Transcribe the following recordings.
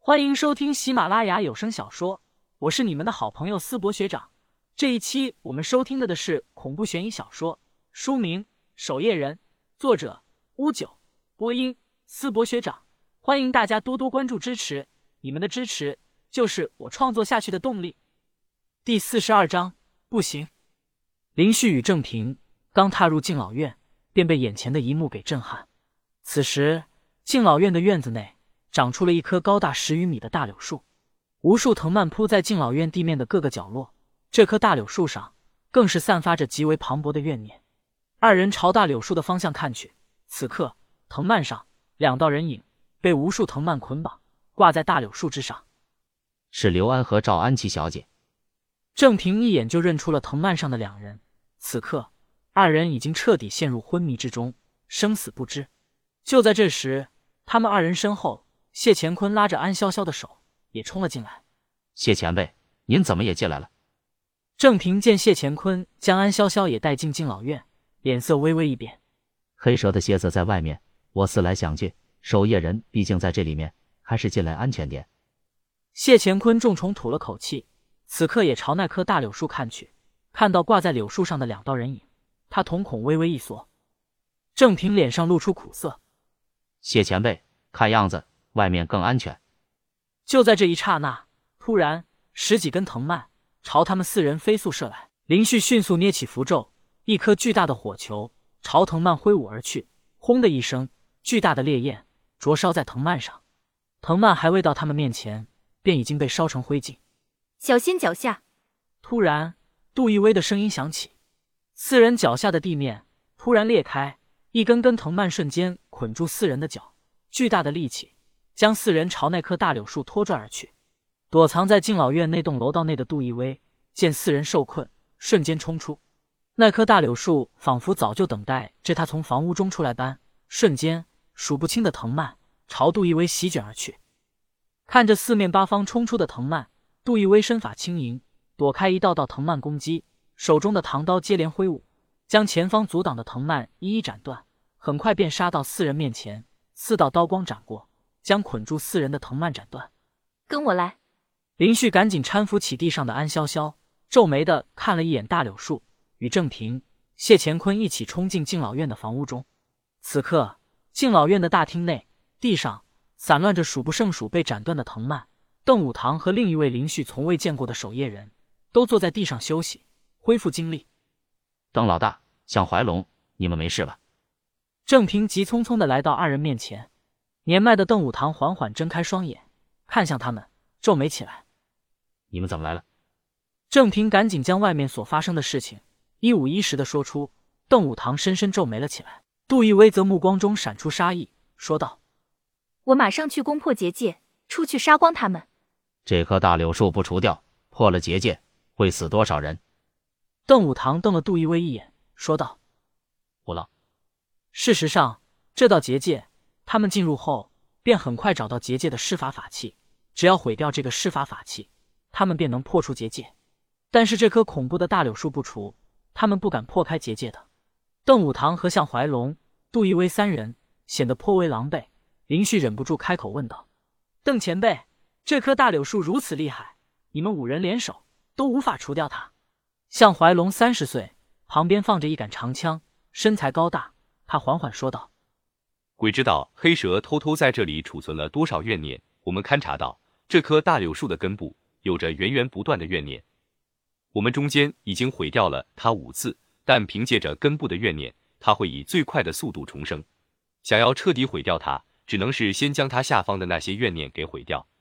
欢迎收听喜马拉雅有声小说，我是你们的好朋友思博学长。这一期我们收听的是恐怖悬疑小说，书名《守夜人》，作者乌九，播音思博学长。欢迎大家多多关注支持，你们的支持就是我创作下去的动力。第42章，不行。林旭与郑平刚踏入敬老院，便被眼前的一幕给震撼。此时敬老院的院子内长出了一棵高大10余米的大柳树，无数藤蔓铺在敬老院地面的各个角落，这棵大柳树上更是散发着极为磅礴的怨念。二人朝大柳树的方向看去，此刻藤蔓上2道人影被无数藤蔓捆绑，挂在大柳树之上。 是刘安和赵安琪小姐。 郑平一眼就认出了藤蔓上的2人，此刻二人已经彻底陷入昏迷之中，生死不知。就在这时，他们2人身后，谢乾坤拉着安潇潇的手也冲了进来。 谢前辈，您怎么也进来了？ 郑平见谢乾坤将安潇潇也带进敬老院，脸色微微一变。 黑蛇的蝎子在外面，我思来想去，守夜人毕竟在这里面，还是进来安全点。 谢乾坤重重吐了口气，此刻也朝那棵大柳树看去，看到挂在柳树上的2道人影，他瞳孔微微一缩。郑平脸上露出苦色。 谢前辈，看样子外面更安全。 就在这一刹那，突然10几根藤蔓朝他们4人飞速射来。林旭迅速捏起符咒，一颗巨大的火球朝藤蔓挥舞而去，轰的一声，巨大的烈焰灼烧在藤蔓上，藤蔓还未到他们面前，便已经被烧成灰烬。 小心脚下！ 突然杜一威的声音响起，4人脚下的地面突然裂开，一根根藤蔓瞬间捆住4人的脚，巨大的力气将4人朝那棵大柳树拖拽而去。躲藏在敬老院那栋楼道内的杜一威见4人受困，瞬间冲出。那棵大柳树仿佛早就等待着他从房屋中出来般，瞬间数不清的藤蔓朝杜一威席卷而去。看着4面8方冲出的藤蔓，杜一威身法轻盈，躲开一道道藤蔓攻击，手中的唐刀接连挥舞，将前方阻挡的藤蔓一一斩断，很快便杀到4人面前。4道刀光斩过，将捆住4人的藤蔓斩断。 跟我来！ 林旭赶紧搀扶起地上的安潇潇，皱眉的看了一眼大柳树，与郑平、谢乾坤一起冲进敬老院的房屋中。此刻敬老院的大厅内，地上散乱着数不胜数被斩断的藤蔓。邓武堂和另一位林旭从未见过的守夜人都坐在地上休息，恢复精力。 邓老大，向怀龙，你们没事吧？ 郑平急匆匆地来到2人面前，年迈的邓武堂缓缓睁开双眼，看向他们，皱眉起来。 你们怎么来了？ 郑平赶紧将外面所发生的事情一五一十地说出。邓武堂深深皱眉了起来。杜一威则目光中闪出杀意，说道： 我马上去攻破结界，出去杀光他们。 这棵大柳树不除掉，破了结界，会死多少人？ 邓武堂瞪了杜一威一眼，说道： 胡闹！ 事实上，这道结界他们进入后便很快找到结界的施法法器，只要毁掉这个施法法器，他们便能破除结界。但是这棵恐怖的大柳树不除，他们不敢破开结界的。邓武堂和向怀龙、杜一威3人显得颇为狼狈。林旭忍不住开口问道：邓前辈，这棵大柳树如此厉害，你们5人联手都无法除掉它。向怀龙30岁，旁边放着一杆长枪，身材高大，他缓缓说道： 鬼知道黑蛇偷偷在这里储存了多少怨念。我们勘察到这棵大柳树的根部有着源源不断的怨念，我们中间已经毁掉了它5次，但凭借着根部的怨念，它会以最快的速度重生。想要彻底毁掉它，只能是先将它下方的那些怨念给毁掉。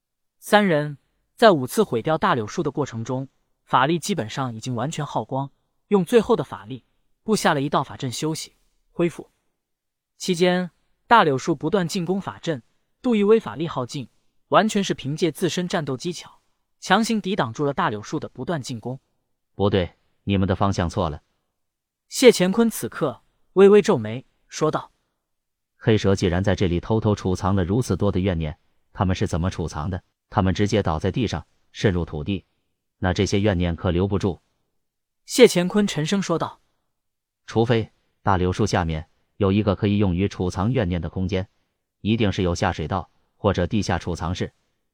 3人在5次毁掉大柳树的过程中，法力基本上已经完全耗光，用最后的法力布下了一道法阵休息恢复。期间大柳树不断进攻法阵，杜一威法力耗尽，完全是凭借自身战斗技巧强行抵挡住了大柳树的不断进攻。 不对，你们的方向错了。 谢乾坤此刻微微皱眉，说道： 黑蛇既然在这里偷偷储藏了如此多的怨念，他们是怎么储藏的？他们直接倒在地上，渗入土地，那这些怨念可留不住。 谢乾坤沉声说道： 除非大柳树下面有一个可以用于储藏怨念的空间，一定是有下水道或者地下储藏室，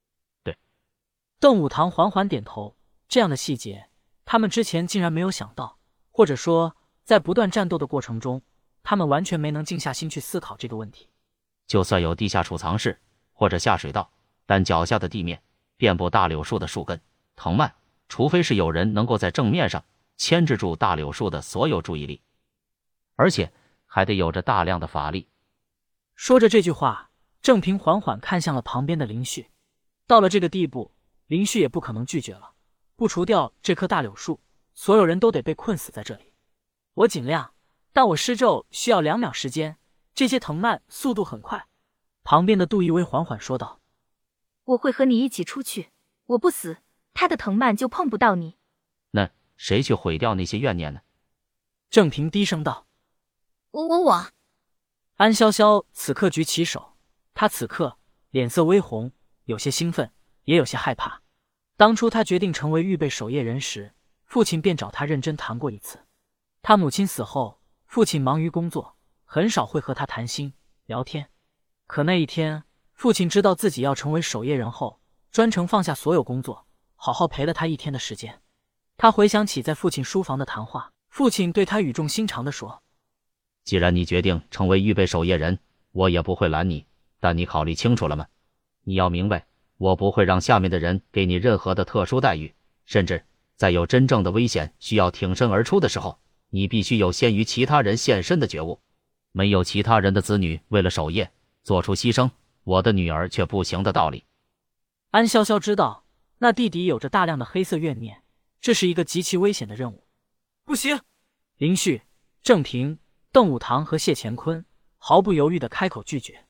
邓武堂缓缓点头，这样的细节，他们之前竟然没有想到，或者说，在不断战斗的过程中，他们完全没能静下心去思考这个问题。 就算有地下储藏室或者下水道，但脚下的地面遍布大柳树的树根、藤蔓，除非是有人能够在正面上牵制住大柳树的所有注意力，而且还得有着大量的法力。 说着这句话，郑平缓缓看向了旁边的林旭。到了这个地步，林旭也不可能拒绝了。不除掉这棵大柳树，所有人都得被困死在这里。我尽量，但我施咒需要2秒时间，这些藤蔓速度很快。旁边的杜奕薇缓缓说道： 我会和你一起出去，我不死，他的藤蔓就碰不到你。 那谁去毁掉那些怨念呢？ 郑平低声道： 我。 安潇潇此刻举起手，他此刻脸色微红，有些兴奋，也有些害怕。当初他决定成为预备守夜人时，父亲便找他认真谈过一次。他母亲死后，父亲忙于工作，很少会和他谈心聊天。可那一天，父亲知道自己要成为守夜人后，专程放下所有工作，好好陪了他1天的时间。他回想起在父亲书房的谈话，父亲对他语重心长地说： 既然你决定成为预备守夜人，我也不会拦你，但你考虑清楚了吗？你要明白，我不会让下面的人给你任何的特殊待遇，甚至在有真正的危险需要挺身而出的时候，你必须有先于其他人现身的觉悟。没有其他人的子女为了守夜做出牺牲，我的女儿却不行的道理。 安潇潇知道那地底有着大量的黑色怨念，这是一个极其危险的任务。不行！林旭、郑平、邓武堂和谢乾坤毫不犹豫地开口拒绝。